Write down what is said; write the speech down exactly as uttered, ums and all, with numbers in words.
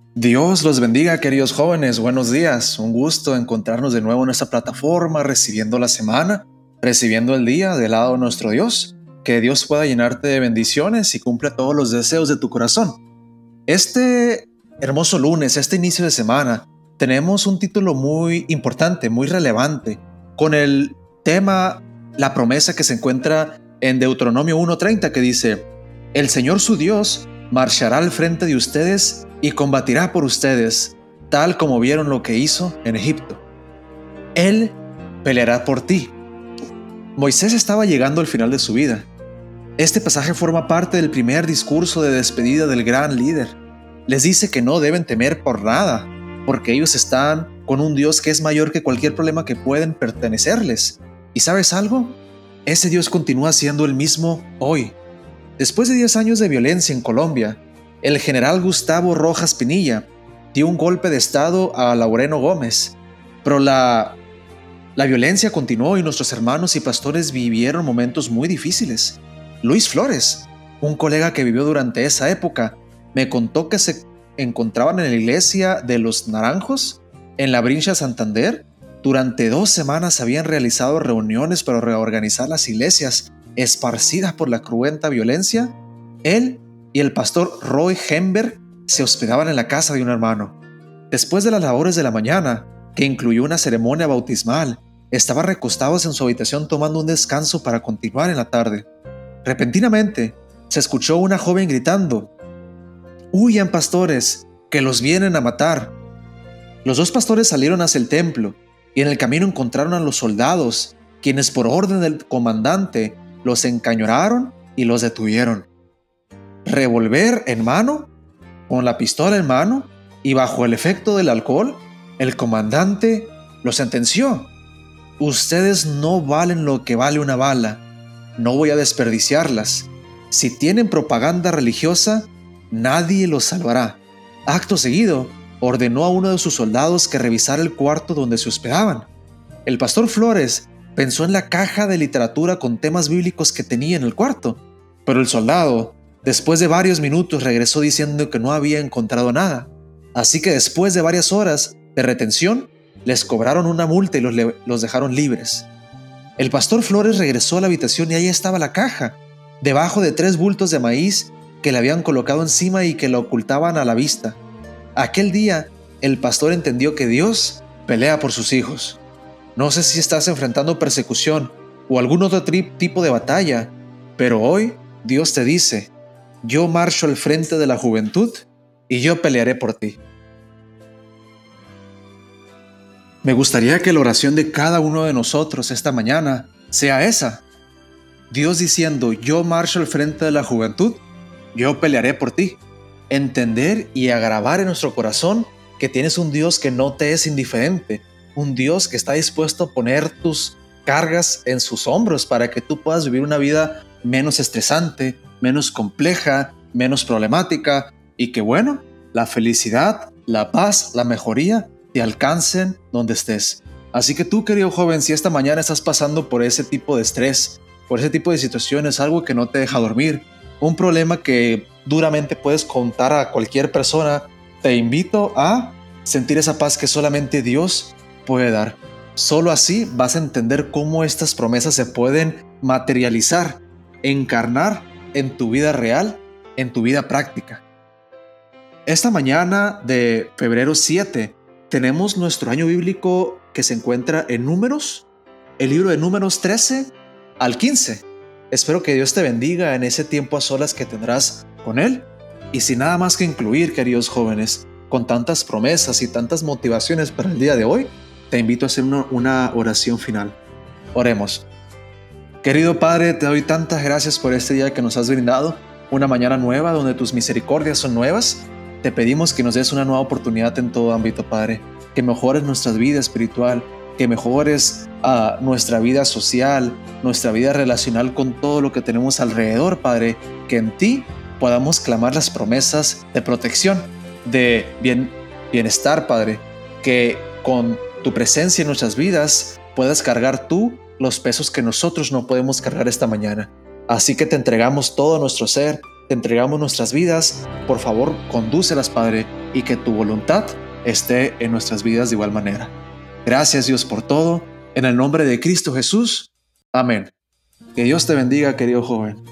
Dios los bendiga, queridos jóvenes. Buenos días. Un gusto encontrarnos de nuevo en esta plataforma, recibiendo la semana, recibiendo el día del lado de nuestro Dios. Que Dios pueda llenarte de bendiciones y cumpla todos los deseos de tu corazón. Este hermoso lunes, este inicio de semana, tenemos un título muy importante, muy relevante, con el tema, la promesa que se encuentra en Deuteronomio uno treinta, que dice: el Señor su Dios marchará al frente de ustedes y combatirá por ustedes, tal como vieron lo que hizo en Egipto. Él peleará por ti. Moisés estaba llegando al final de su vida. Este pasaje forma parte del primer discurso de despedida del gran líder. Les dice que no deben temer por nada, porque ellos están con un Dios que es mayor que cualquier problema que pueden pertenecerles. ¿Y sabes algo? Ese Dios continúa siendo el mismo hoy. Después de diez años de violencia en Colombia, el general Gustavo Rojas Pinilla dio un golpe de estado a Laureano Gómez, pero la, la violencia continuó y nuestros hermanos y pastores vivieron momentos muy difíciles. Luis Flores, un colega que vivió durante esa época, me contó que se encontraban en la iglesia de Los Naranjos, en la Brincha Santander. Durante dos semanas habían realizado reuniones para reorganizar las iglesias esparcidas por la cruenta violencia. Él y el pastor Roy Hemberg se hospedaban en la casa de un hermano. Después de las labores de la mañana, que incluyó una ceremonia bautismal, estaban recostados en su habitación tomando un descanso para continuar en la tarde. Repentinamente, se escuchó una joven gritando: «¡Huyan, pastores, que los vienen a matar!». Los dos pastores salieron hacia el templo y en el camino encontraron a los soldados, quienes por orden del comandante los encañonaron y los detuvieron. Revólver en mano, con la pistola en mano y bajo el efecto del alcohol, el comandante los sentenció: «Ustedes no valen lo que vale una bala. No voy a desperdiciarlas. Si tienen propaganda religiosa, nadie los salvará». Acto seguido, ordenó a uno de sus soldados que revisara el cuarto donde se hospedaban. El pastor Flores pensó en la caja de literatura con temas bíblicos que tenía en el cuarto, pero el soldado, después de varios minutos, regresó diciendo que no había encontrado nada. Así que después de varias horas de retención, les cobraron una multa y los, los dejaron libres. El pastor Flores regresó a la habitación y ahí estaba la caja, debajo de tres bultos de maíz que le habían colocado encima y que la ocultaban a la vista. Aquel día, el pastor entendió que Dios pelea por sus hijos. No sé si estás enfrentando persecución o algún otro tipo de batalla, pero hoy Dios te dice: yo marcho al frente de la juventud y yo pelearé por ti. Me gustaría que la oración de cada uno de nosotros esta mañana sea esa. Dios diciendo: yo marcho al frente de la juventud, yo pelearé por ti. Entender y agravar en nuestro corazón que tienes un Dios que no te es indiferente, un Dios que está dispuesto a poner tus cargas en sus hombros para que tú puedas vivir una vida menos estresante, menos compleja, menos problemática, y que bueno, la felicidad, la paz, la mejoría te alcancen donde estés. Así que tú, querido joven, si esta mañana estás pasando por ese tipo de estrés, por ese tipo de situaciones, algo que no te deja dormir, un problema que duramente puedes contar a cualquier persona, te invito a sentir esa paz que solamente Dios puede dar. Solo así vas a entender cómo estas promesas se pueden materializar, encarnar en tu vida real, en tu vida práctica. Esta mañana de febrero siete tenemos nuestro año bíblico que se encuentra en Números, el libro de Números trece al quince. Espero que Dios te bendiga en ese tiempo a solas que tendrás con Él. Y sin nada más que incluir, queridos jóvenes, con tantas promesas y tantas motivaciones para el día de hoy, te invito a hacer una, una oración final. Oremos. Querido Padre, te doy tantas gracias por este día que nos has brindado, una mañana nueva donde tus misericordias son nuevas. Te pedimos que nos des una nueva oportunidad en todo ámbito, Padre, que mejores nuestra vida espiritual, que mejores uh, nuestra vida social, nuestra vida relacional con todo lo que tenemos alrededor, Padre, que en ti podamos clamar las promesas de protección, de bien, bienestar, Padre, que con tu presencia en nuestras vidas puedas cargar tú los pesos que nosotros no podemos cargar esta mañana. Así que te entregamos todo nuestro ser, te entregamos nuestras vidas. Por favor, condúcelas, Padre, y que tu voluntad esté en nuestras vidas de igual manera. Gracias, Dios, por todo. En el nombre de Cristo Jesús. Amén. Que Dios te bendiga, querido joven.